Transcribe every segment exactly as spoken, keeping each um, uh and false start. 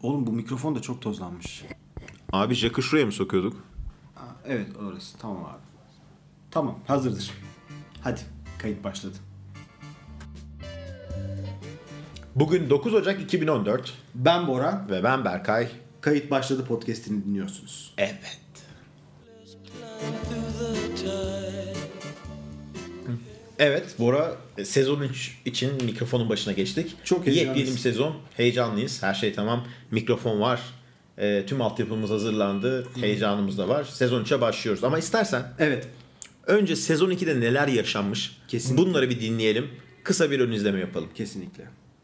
Oğlum bu mikrofon da çok tozlanmış. Abi jack'ı şuraya mı sokuyorduk? Aa, evet orası. Tamam abi. Tamam hazırdır. Hadi kayıt başladı. Bugün dokuz Ocak iki bin on dört Ben Bora. ve ben Berkay. Kayıt başladı podcast'ini dinliyorsunuz. Evet. Evet Bora, sezon üç için mikrofonun başına geçtik. Çok heyecanlıyız. Yepyeni bir sezon. Heyecanlıyız. Her şey tamam. Mikrofon var. E, tüm altyapımız hazırlandı. Heyecanımız da var. Sezon üçe başlıyoruz. Ama istersen Evet. önce sezon ikide neler yaşanmış? Kesinlikle. Bunları bir dinleyelim. Kısa bir ön izleme yapalım. Kesinlikle.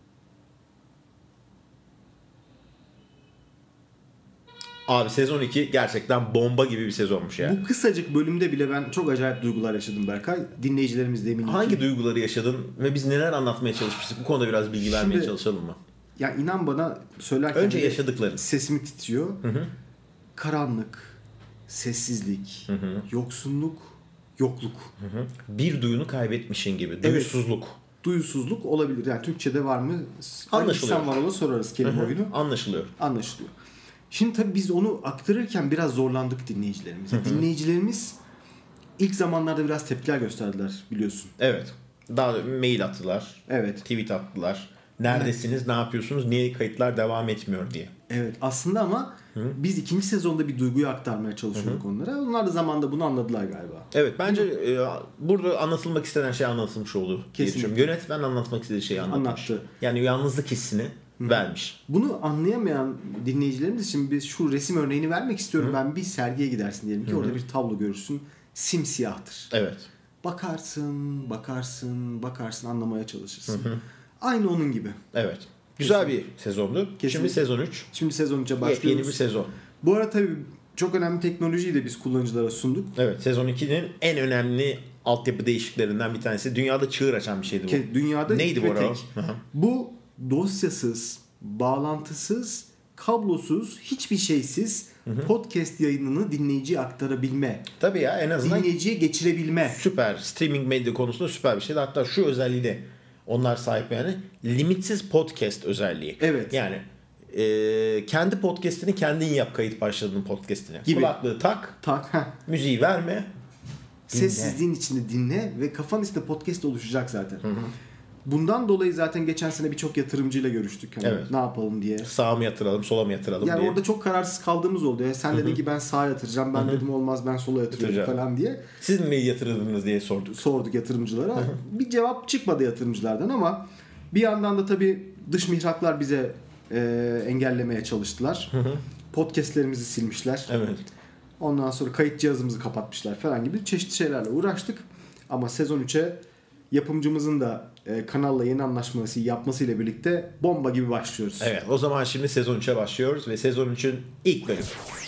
Abi sezon iki gerçekten bomba gibi bir sezonmuş ya. Bu kısacık bölümde bile ben çok acayip duygular yaşadım Berkay. Dinleyicilerimiz de eminim ki. Hangi duyguları yaşadın ve biz neler anlatmaya çalışmıştık? Bu konuda biraz bilgi vermeye Şimdi- çalışalım mı? Ya inan bana söylerken Önce bile yaşadıkların. sesimi titriyor. Hı hı. Karanlık, sessizlik, Hı hı. yoksunluk, yokluk. Hı hı. Bir duyunu kaybetmişin gibi. Duyusuzluk. Duyusuzluk olabilir. Yani Türkçe'de var mı? Anlaşılıyor. Sen var ola sorarız kelime Hı hı. oyunu. Anlaşılıyor. Anlaşılıyor. Şimdi tabii biz onu aktarırken biraz zorlandık dinleyicilerimize. Dinleyicilerimiz ilk zamanlarda biraz tepkiler gösterdiler biliyorsun. Evet. Daha mail attılar. Evet. Tweet attılar. Neredesiniz? Ne yapıyorsunuz? Niye kayıtlar devam etmiyor diye. Evet aslında ama biz ikinci sezonda bir duyguyu aktarmaya çalışıyorduk onlara. Onlar da zamanında bunu anladılar galiba. Evet bence e, burada anlatılmak istenen şey anlatılmış oldu. diye Kesinlikle. düşünüyorum. Yönetmen anlatmak istediği şeyi anlatmış. Anlattı. Yani yalnızlık hissini vermiş. Bunu anlayamayan dinleyicilerimiz için biz şu resim örneğini vermek istiyorum. Ben bir sergiye gidersin diyelim ki orada bir tablo görürsün. Simsiyahtır. Evet. Bakarsın, bakarsın, bakarsın anlamaya çalışırsın. Aynı onun gibi. Evet. Güzel bir sezondu. Kesinlikle. Şimdi sezon üç. Şimdi sezon üçe başlıyoruz. Yepyeni bir sezon. Bu arada tabii çok önemli teknolojiyi de biz kullanıcılara sunduk. Evet, sezon ikinin en önemli altyapı değişikliklerinden bir tanesi. Dünyada çığır açan bir şeydi bu. Ki dünyada Neydi ilk ve bu arada? tek. Hı hı. Bu dosyasız, bağlantısız, kablosuz, hiçbir şeysiz podcast yayınını dinleyiciye aktarabilme. Tabii ya, en azından Dinleyiciye geçirebilme. süper. Streaming medya konusunda süper bir şeydi. Hatta şu özelliği de onlar sahip yani. Limitsiz podcast özelliği. Evet. Yani e, kendi podcast'ini kendin yap, kayıt başladığın podcast'ini. Gibi. Kulaklığı tak, Tak, heh. müziği verme. Sessizliğin içinde dinle ve kafan içinde podcast oluşacak zaten. Bundan dolayı zaten geçen sene birçok yatırımcıyla görüştük. Hani Evet. ne yapalım diye. Sağa mı yatıralım, sola mı yatıralım Yani diye. orada çok kararsız kaldığımız oldu. Ya sen dedin ki ben sağa yatıracağım. Ben dedim olmaz ben sola yatırıyorum Yatıracağım. falan diye. Siz mi yatırırdınız diye sorduk. Sorduk yatırımcılara. Bir cevap çıkmadı yatırımcılardan ama bir yandan da tabii dış mihraklar bize e, engellemeye çalıştılar. Podcastlerimizi silmişler. Evet. Ondan sonra kayıt cihazımızı kapatmışlar falan gibi çeşitli şeylerle uğraştık. Ama sezon üçe yapımcımızın da e, kanalla yeni anlaşması yapmasıyla birlikte bomba gibi başlıyoruz. Evet, o zaman şimdi sezon üçe başlıyoruz ve sezon üçün ilk bölümü.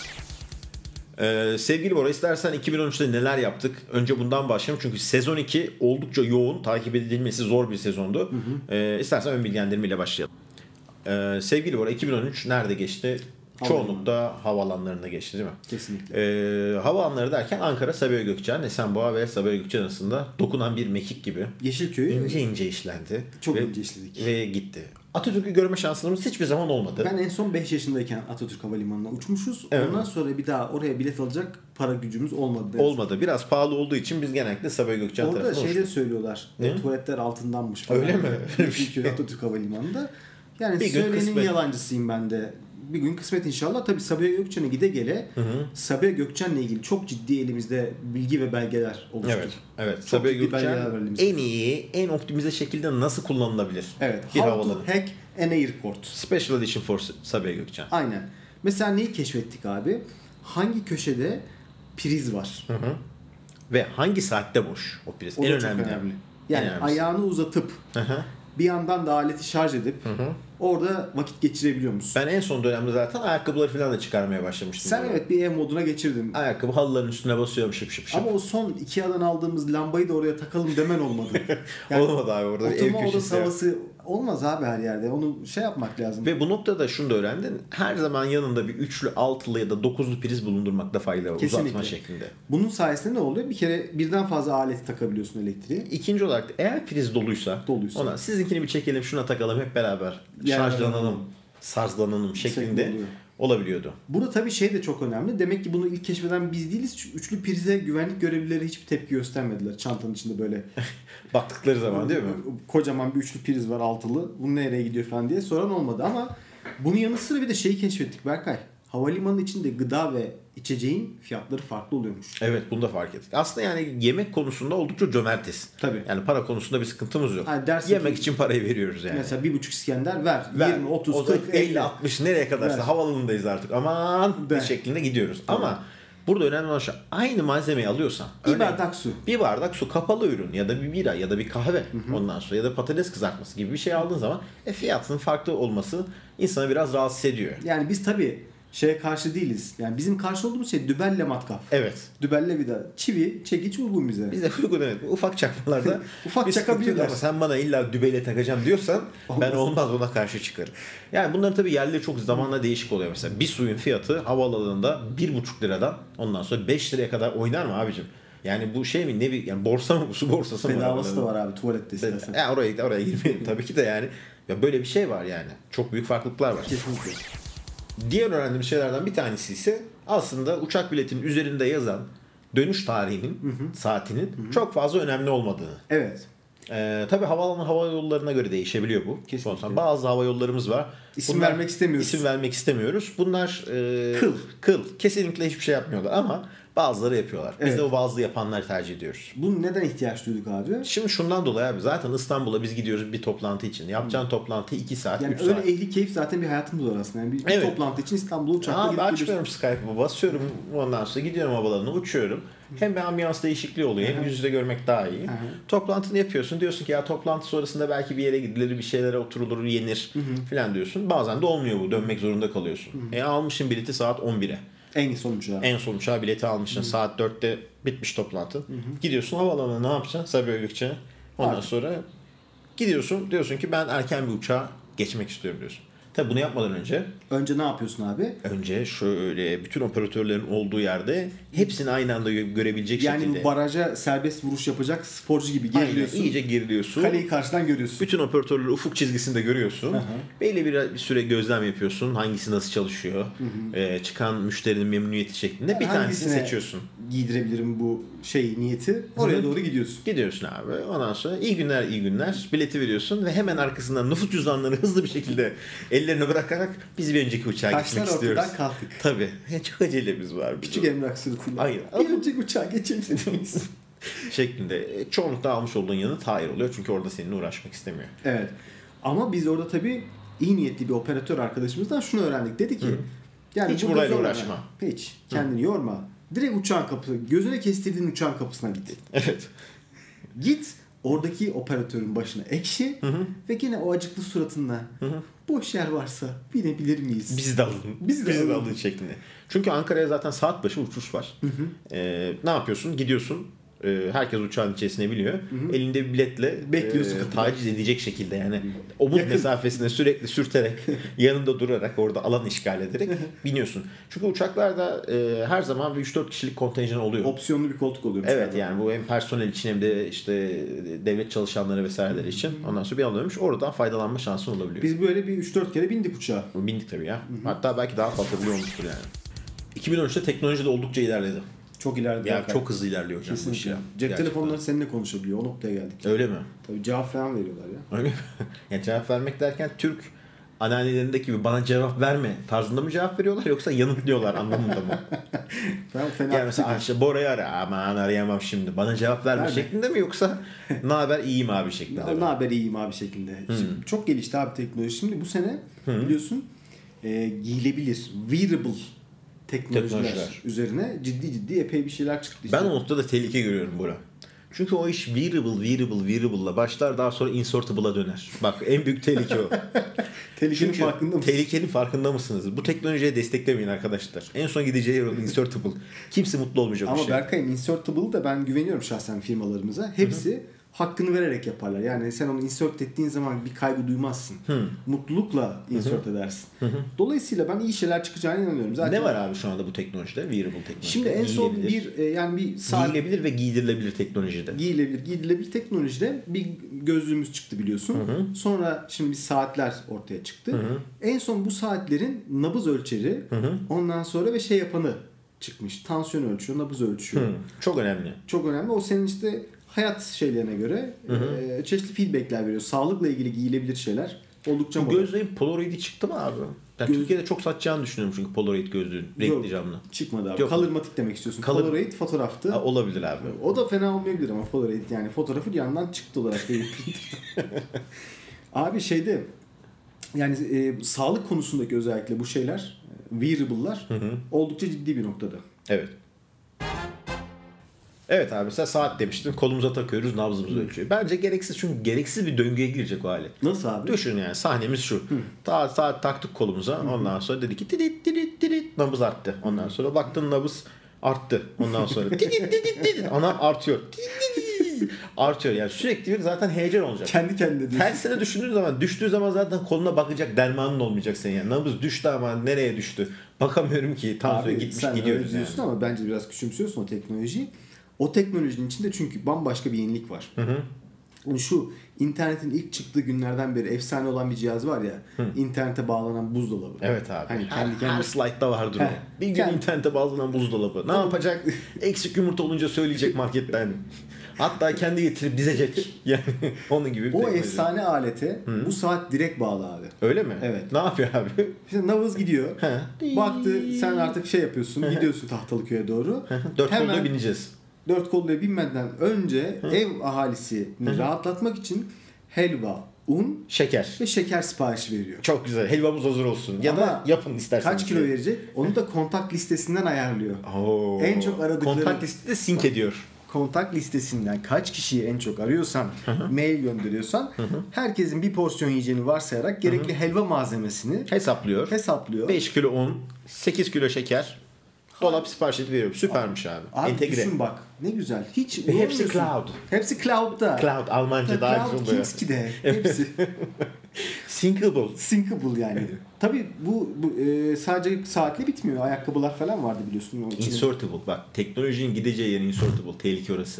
Ee, sevgili Bora, istersen iki bin on üçte neler yaptık? Önce bundan başlayalım çünkü sezon iki oldukça yoğun, takip edilmesi zor bir sezondu. Ee, istersen ön bilgilendirmeyle başlayalım. Ee, sevgili Bora, iki bin on üç nerede geçti? Havaalanı. Çoğunlukla havaalanlarında geçti değil mi? Kesinlikle. Ee, havaalanları derken Ankara, Sabiha Gökçen, Esenboğa ve Sabiha Gökçen arasında dokunan bir mekik gibi Yeşilköy ince ince işlendi. çok ve, ince işledik. Ve gitti. Atatürk'ü görme şansımız hiçbir zaman olmadı. Ben en son beş yaşındayken Atatürk Havalimanı'na uçmuşuz. Evet. Ondan sonra bir daha oraya bilet alacak para gücümüz olmadı. Olmadı. Biraz pahalı olduğu için biz genellikle Sabiha Gökçen Orada tarafına şeyde uçtuk. söylüyorlar. Ne? Tuvaletler altındanmış falan. Öyle mi? Yeşilköy Atatürk Havalimanı'nda. Yani Bir gün söyleyenin kısmet. yalancısıyım ben de. Bir gün kısmet inşallah. Tabii Sabiha Gökçen'e gide gele Sabiha Gökçen'le ilgili çok ciddi elimizde bilgi ve belgeler oluştu. Evet. Evet. Çok Sabiha ciddi belgeler var Gökçen elimizde. en iyi, en optimize şekilde nasıl kullanılabilir? Evet. Bir How havaalanı. to hack an airport. Special Edition for Sabiha Gökçen. Aynen. Mesela neyi keşfettik abi? Hangi köşede priz var? Hı hı. Ve hangi saatte boş o priz? O da En çok önemli. önemli. Yani En önemlisi. ayağını uzatıp Hı hı. bir yandan da aleti şarj edip orada vakit geçirebiliyor musun? Ben en son dönemde zaten ayakkabıları falan da çıkarmaya başlamıştım. Sen böyle. evet bir ev moduna geçirdin. Ayakkabı halıların üstüne basıyorum şıp şıp şıp. Ama o son Ikea'dan aldığımız lambayı da oraya takalım demen olmadı. Olmadı abi, orada bir ev oturma odası köşesi. yok. havası olmaz abi her yerde. Onu şey yapmak lazım. Ve bu noktada şunu da öğrendin. Her zaman yanında bir üçlü, altılı ya da dokuzlu priz bulundurmakta fayda var. Kesinlikle. Uzatma şeklinde. Bunun sayesinde ne oluyor? Bir kere birden fazla aleti takabiliyorsun elektriği. İkinci olarak da eğer priz doluysa, Doluysa. ona sizinkini bir çekelim, şuna takalım hep beraber. Yani- Şarjlanalım. sarslanalım şeklinde Şeklinde oluyor. olabiliyordu. Burada tabii şey de çok önemli. Demek ki bunu ilk keşfeden biz değiliz. Şu üçlü prize güvenlik görevlileri hiçbir tepki göstermediler. Çantanın içinde böyle Baktıkları zaman değil mi? kocaman bir üçlü priz var, altılı. Bu nereye gidiyor falan diye soran olmadı ama bunun yanı sıra bir de şeyi keşfettik Berkay. Havalimanı içinde gıda ve içeceğin fiyatları farklı oluyormuş. Evet, bunu da fark ettik. Aslında yani yemek konusunda oldukça cömertiz. Tabii. Yani para konusunda bir sıkıntımız yok. Yani dersin yemek ki- için parayı veriyoruz yani. Mesela bir buçuk İskender ver. Ver. yirmi, otuz, O da kırk, elli. elli, altmış nereye kadarsa Ver. havaalanındayız artık. Aman Ver. şeklinde gidiyoruz. Tamam. Ama burada önemli olan şu. Aynı malzemeyi alıyorsan. Bir örneğin bardak su. Bir bardak su, kapalı ürün ya da bir bira ya da bir kahve, ondan sonra ya da patates kızartması gibi bir şey aldığın zaman e, fiyatının farklı olması insanı biraz rahatsız ediyor. Yani biz tabii şeye karşı değiliz. Yani bizim karşı olduğumuz şey dübelle matkap. Evet. Dübelle vida. Çivi, çekiç uygun bize. Biz de uygun, evet. Ufak çakmalarda Ufak bir sıkıntı yok çakabilirler. ama sen bana illa dübeyle takacağım diyorsan ben Olmaz. olmaz, ona karşı çıkarım. Yani bunların tabii yerleri çok zamanla değişik oluyor. Mesela bir suyun fiyatı havaalanında bir buçuk liradan ondan sonra beş liraya kadar oynar mı abicim? Yani bu şey mi, ne bir yani borsa mı, bu su borsası mı? Bedavası da var abi tuvalette istersen. Ya oraya oraya girmeyelim tabii ki de yani. Ya böyle bir şey var yani. Çok büyük farklılıklar var. Kesinlikle. Diğer öğrendiğim şeylerden bir tanesi ise aslında uçak biletinin üzerinde yazan dönüş tarihinin, saatinin çok fazla önemli olmadığını. Evet. Ee, tabii havaalanı hava yollarına göre değişebiliyor bu. Kesinlikle. Sonuçta bazı hava yollarımız var. İsim vermek istemiyoruz. İsim vermek istemiyoruz. Bunlar e, Kıl. Kıl. Kesinlikle hiçbir şey yapmıyorlar ama bazıları yapıyorlar. Biz Evet. de o bazı yapanları tercih ediyoruz. Bunun neden ihtiyaç duyduk abi? Şimdi şundan dolayı abi, zaten İstanbul'a biz gidiyoruz bir toplantı için. Yapacağın toplantı iki saat, Yani üç öyle saat. ehli keyif zaten bir hayatımız var aslında. Yani bir, bir Evet. toplantı için İstanbul'a uçakla Abi gidip geliyorsun. açmıyorum Skype'ı, basıyorum, ondan sonra gidiyorum havalarına, uçuyorum. Hem bir ambiyans değişikliği oluyor, hem yüz yüze görmek daha iyi. Aha. Toplantını yapıyorsun, diyorsun ki ya toplantı sonrasında belki bir yere gidilir, bir şeylere oturulur, yenir falan diyorsun. Bazen de olmuyor bu, dönmek zorunda kalıyorsun. E almışsın bileti saat on bire. En sonucu abi. En son uçağa bileti almışsın, saat dörtte bitmiş toplantı. Gidiyorsun havaalanına, ne yapacaksın Sabiha Gökçen'e? Ondan Abi. sonra gidiyorsun, diyorsun ki ben erken bir uçağa geçmek istiyorum diyorsun. Tabi bunu yapmadan önce Önce ne yapıyorsun abi? Önce şöyle bütün operatörlerin olduğu yerde hepsini aynı anda gö- görebilecek Yani şekilde. bu baraja serbest vuruş yapacak sporcu gibi Aynen, geriliyorsun. iyice geriliyorsun. Kaleyi karşıdan görüyorsun. Bütün operatörleri ufuk çizgisinde görüyorsun. Hı hı. Belli bir, bir süre gözlem yapıyorsun. Hangisi nasıl çalışıyor. Ee, çıkan müşterinin memnuniyeti şeklinde bir tanesini Hangisine seçiyorsun. Giydirebilirim bu şey niyeti. Oraya doğru gidiyorsun. Gidiyorsun abi. Ondan sonra iyi günler iyi günler bileti veriyorsun ve hemen arkasından nüfus cüzdanları hızlı bir şekilde ellerine bırakarak biz bir önceki uçağa Taşlar gitmek istiyoruz. ortadan kalktık. Tabii. Ya çok acelemiz var. bizim. Küçük emlak sırtıyla. Hayır. Bir önceki uçağa geçebilir miyiz? şeklinde. E, Çoğunlukla almış olduğun yanıt hayır oluyor. Çünkü orada seninle uğraşmak istemiyor. Evet. Ama biz orada tabii iyi niyetli bir operatör arkadaşımızdan şunu öğrendik. Dedi ki yani Hiç burada burayla zorlama. uğraşma. Hiç. Kendini yorma. Direkt uçağın kapısı. Gözüne kestirdiğin uçağın kapısına git. Evet. Git oradaki operatörün başına ekşi ve yine o acıklı suratınla boş yer varsa binebilir miyiz? Bizi de alın. Bizi de Bizi de alın. alın şeklinde. Çünkü Ankara'ya zaten saat başı uçuş var. Ee, ne yapıyorsun? Gidiyorsun. Ee, herkes uçağın içerisine biliyor. Elinde bir biletle Bekliyorsun e, kapıda. taciz edecek şekilde yani omuz Yakın. mesafesine sürekli sürterek yanında durarak orada alan işgal ederek biniyorsun. Çünkü uçaklarda e, her zaman bir üç dört kişilik kontenjan oluyor. Opsiyonlu bir koltuk oluyor. Evet yani bu hem personel için hem de işte devlet çalışanları vesaireleri için ondan sonra bir alıyormuş. Oradan faydalanma şansın olabiliyor. Biz böyle bir üç dört kere bindik uçağa. Bindik tabii ya. Hatta belki daha fazla bile olmuştur yani. iki bin on üçte teknoloji de oldukça ilerledi. Çok ileride. Ya hakikaten. çok hızlı ilerliyor hocam bu iş Kesinlikle. ya. Cep Gerçekten. telefonları seninle konuşabiliyor. O noktaya geldik. Öyle mi? Tabii cevap falan veriyorlar ya. Öyle mi? Yani cevap vermek derken Türk anneannelerindeki gibi bana cevap verme tarzında mı cevap veriyorlar yoksa yanıtlıyorlar anlamında mı? Ben fena Yani mesela işte Bora'yı ara, aman arayamam şimdi. Bana cevap verme Verme. şeklinde mi yoksa ne haber iyiyim abi şeklinde mi? Ne haber iyiyim abi şeklinde. Şimdi çok gelişti abi teknoloji. Şimdi bu sene biliyorsun e, giyilebilir, wearable teknolojiler, Teknolojiler. üzerine ciddi ciddi epey bir şeyler çıktı. işte. Ben o noktada tehlike görüyorum Bora. Çünkü o iş wearable, wearable, wearable'la başlar daha sonra insertable'a döner. Bak en büyük tehlike o. Tehlikenin Çünkü farkında mısın? tehlikenin farkında mısınız? Bu teknolojiye desteklemeyin arkadaşlar. En son gideceği yer insertable. Kimse mutlu olmayacak bu Ama şey. Berkay'ın insertable da ben güveniyorum şahsen firmalarımıza. Hepsi hakkını vererek yaparlar. Yani sen onu insert ettiğin zaman bir kaygı duymazsın. Hı. Mutlulukla insert edersin. Hı hı. Dolayısıyla ben iyi şeyler çıkacağına inanıyorum. Zaten Ne var abi şu anda bu teknolojide? Wearable teknolojide. Şimdi en son Giyilebilir. bir e, yani bir saat Giyilebilir ve giydirilebilir teknolojide. giyilebilir, giydirilebilir teknolojide bir gözlüğümüz çıktı biliyorsun. Hı hı. Sonra şimdi bir saatler ortaya çıktı. Hı hı. En son bu saatlerin nabız ölçeri, Hı hı. ondan sonra ve şey yapanı çıkmış. Tansiyon ölçüyor, nabız ölçüyor. Hı. Çok önemli. Çok önemli. O senin işte hayat şeylerine göre Hı hı. e, çeşitli feedbackler veriyor. Sağlıkla ilgili giyilebilir şeyler. Oldukça Bu modern. gözlüğün Polaroid'i çıktı mı abi? Ben Göz- Türkiye'de çok satacağını düşünüyorum çünkü Polaroid gözlüğün. Renkli Yok, camlı. çıkmadı abi. Yok. Colormatic demek istiyorsun. Color- Polaroid fotoğraftı. Ha, olabilir abi. O da fena olmayabilir ama Polaroid yani fotoğrafı yandan çıktı olarak değil. Abi şeyde yani e, sağlık konusundaki özellikle bu şeyler, e, wearable'lar Hı hı. oldukça ciddi bir noktada. Evet. Evet abi mesela saat demiştin. Kolumuza takıyoruz, nabzımızı ölçüyor. Bence gereksiz çünkü gereksiz bir döngüye girecek o alet. Nasıl abi? Düşün yani sahnemiz şu. Ta saat taktık kolumuza. Ondan sonra dedi ki didit didit didit nabız arttı. Ondan sonra baktın nabız arttı. Ondan sonra didit didit didit ana artıyor. Didit didit. Artıyor yani sürekli bir zaten heyecan olacak. Kendi kendine diyorsun. Tersine düşündüğün zaman düştüğü zaman zaten koluna bakacak dermanın olmayacak senin yani. Nabız düştü ama nereye düştü? Bakamıyorum ki. Tansiyon Abi gitmiş sen gidiyoruz öyle diyorsun yani. ama bence biraz küçümsüyorsun o teknolojiyi. O teknolojinin içinde çünkü bambaşka bir yenilik var. Hı hı. Yani şu internetin ilk çıktığı günlerden beri efsane olan bir cihaz var ya. Hı. İnternete bağlanan buzdolabı. Evet abi. Hani her, kendi her kendine- slide'da vardır Heh. o. Bir gün Kendi- internete bağlanan buzdolabı. Ne yapacak? Eksik yumurta olunca söyleyecek marketten. Hatta kendi getirip dizecek. Yani onun gibi bir O teknoloji. efsane alete Hı. bu saat direkt bağlı abi. Öyle mi? Evet. Ne yapıyor abi? İşte nabız gidiyor. He. Baktı sen artık şey yapıyorsun. Gidiyorsun Tahtalıköy'e doğru. Dört Hemen- kolda bineceğiz. Dört kolluya binmeden önce ev ahalisini rahatlatmak için helva, un Şeker. ve şeker siparişi veriyor. Çok güzel. Helvamız hazır olsun. Ya Ama da yapın isterseniz. Kaç kilo verecek? Onu da kontak listesinden ayarlıyor. Oo. En çok aradıkları- Kontak listede sync ediyor. Kontak listesinden kaç kişiyi en çok arıyorsan, mail gönderiyorsan herkesin bir porsiyon yiyeceğini varsayarak gerekli helva malzemesini Hesaplıyor. hesaplıyor. beş kilo un, sekiz kilo şeker. Dolap sipariş edip veriyorum. Süpermiş abi. Abi Entegre. düşün bak ne güzel. Hiç Ve hepsi yorulmuyorsun. cloud. Hepsi cloud'da. Cloud Almanca daha güzel Cloud oluyor. Kingski'de. Hepsi Syncable. syncable yani. Tabii bu, bu e, sadece saatle bitmiyor. Ayakkabılar falan vardı biliyorsun. Onun içine. Insertable. Bak teknolojinin gideceği yer insertable. Tehlike orası.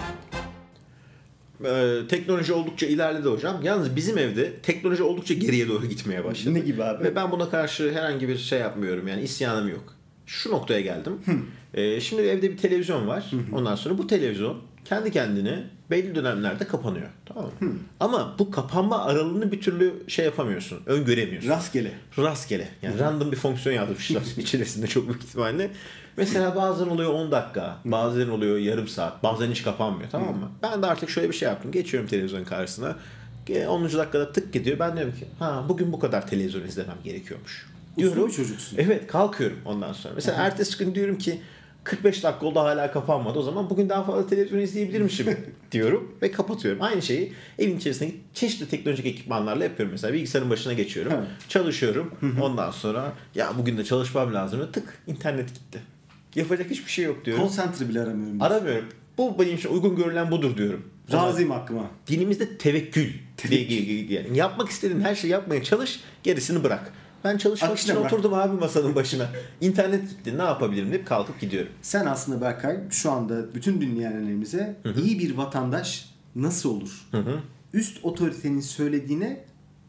Ee, teknoloji oldukça ilerledi hocam. Yalnız bizim evde teknoloji oldukça geriye doğru gitmeye başladı. Ne gibi abi? Ve ben buna karşı herhangi bir şey yapmıyorum. Yani isyanım yok. Şu noktaya geldim. Ee, şimdi evde bir televizyon var. Ondan sonra bu televizyon kendi kendine belli dönemlerde kapanıyor. Tamam mı? Ama bu kapanma aralığını bir türlü şey yapamıyorsun. Öngöremiyorsun. Rastgele. Rastgele. Yani random bir fonksiyon yazmışlar içerisinde çok büyük ihtimalle. Mesela bazen oluyor on dakika, bazen oluyor yarım saat, bazen hiç kapanmıyor, tamam mı? Ben de artık şöyle bir şey yaptım. Geçiyorum televizyon karşısına. onuncu dakikada tık gidiyor. Ben diyorum ki ha bugün bu kadar televizyon izlemem gerekiyormuş. Uslu bir çocuksun. Evet, kalkıyorum ondan sonra. Mesela ertesi gün diyorum ki kırk beş dakika oldu hala kapanmadı. O zaman bugün daha fazla televizyon izleyebilirmişim diyorum ve kapatıyorum. Aynı şeyi evin içerisindeki çeşitli teknolojik ekipmanlarla yapıyorum. Mesela bilgisayarın başına geçiyorum. Evet. Çalışıyorum. Ondan sonra ya bugün de çalışmam lazım. Tık internet gitti. Yapacak hiçbir şey yok diyorum. Call center bile aramıyorum. ben. Aramıyorum. Bu benim için uygun görülen budur diyorum. Razıyım hakkıma. Dinimizde tevekkül. Tevekkül. Yani yapmak istediğin her şeyi yapmaya çalış, gerisini bırak. Ben çalışmak Akışına için bırak. oturdum abi masanın başına. İnternet gitti. Ne yapabilirim deyip kalkıp gidiyorum. Sen aslında Berkay şu anda bütün dinleyenlerimize iyi bir vatandaş nasıl olur? Hı hı. Üst otoritenin söylediğine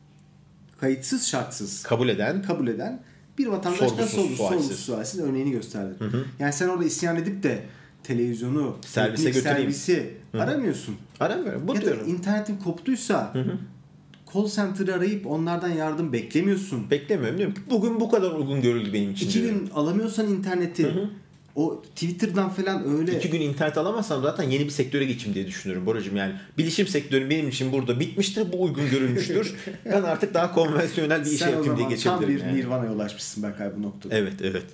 kayıtsız şartsız Kabul eden. kabul eden bir vatandaş Sorgusuz, nasıl olur? sualsiz. Sorgusuz sualsiz örneğini gösterdin. Yani sen orada isyan edip de televizyonu, Servise teknik götüreyim. servisi aramıyorsun. Aramıyorum. Bu Ya da diyorum. internetin koptuysa call center'ı arayıp onlardan yardım beklemiyorsun. Beklemiyorum diyorum ki bugün bu kadar uygun görüldü benim için. İki diyorum. gün alamıyorsan interneti o Twitter'dan falan öyle İki gün internet alamazsam zaten yeni bir sektöre geçeyim diye düşünüyorum Boracığım. Yani bilişim sektörü benim için burada bitmiştir. Bu uygun görülmüştür. Ben artık daha konvansiyonel bir iş sen o yapayım diye zaman tam geçebilirim. bir yani. nirvana'ya ulaşmışsın Berkay bu noktada. Evet, evet.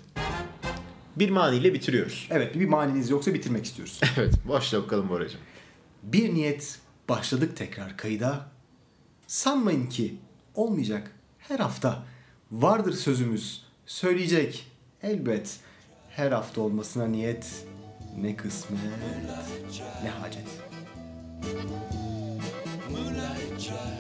Bir maniyle bitiriyoruz. Evet bir maniniz yoksa bitirmek istiyoruz. Evet, başla bakalım Boracığım. Bir niyet başladık tekrar kayıda. Sanmayın ki olmayacak her hafta. Vardır sözümüz söyleyecek elbet. Her hafta olmasına niyet ne kısmet ne hacet. Moonlight Drive.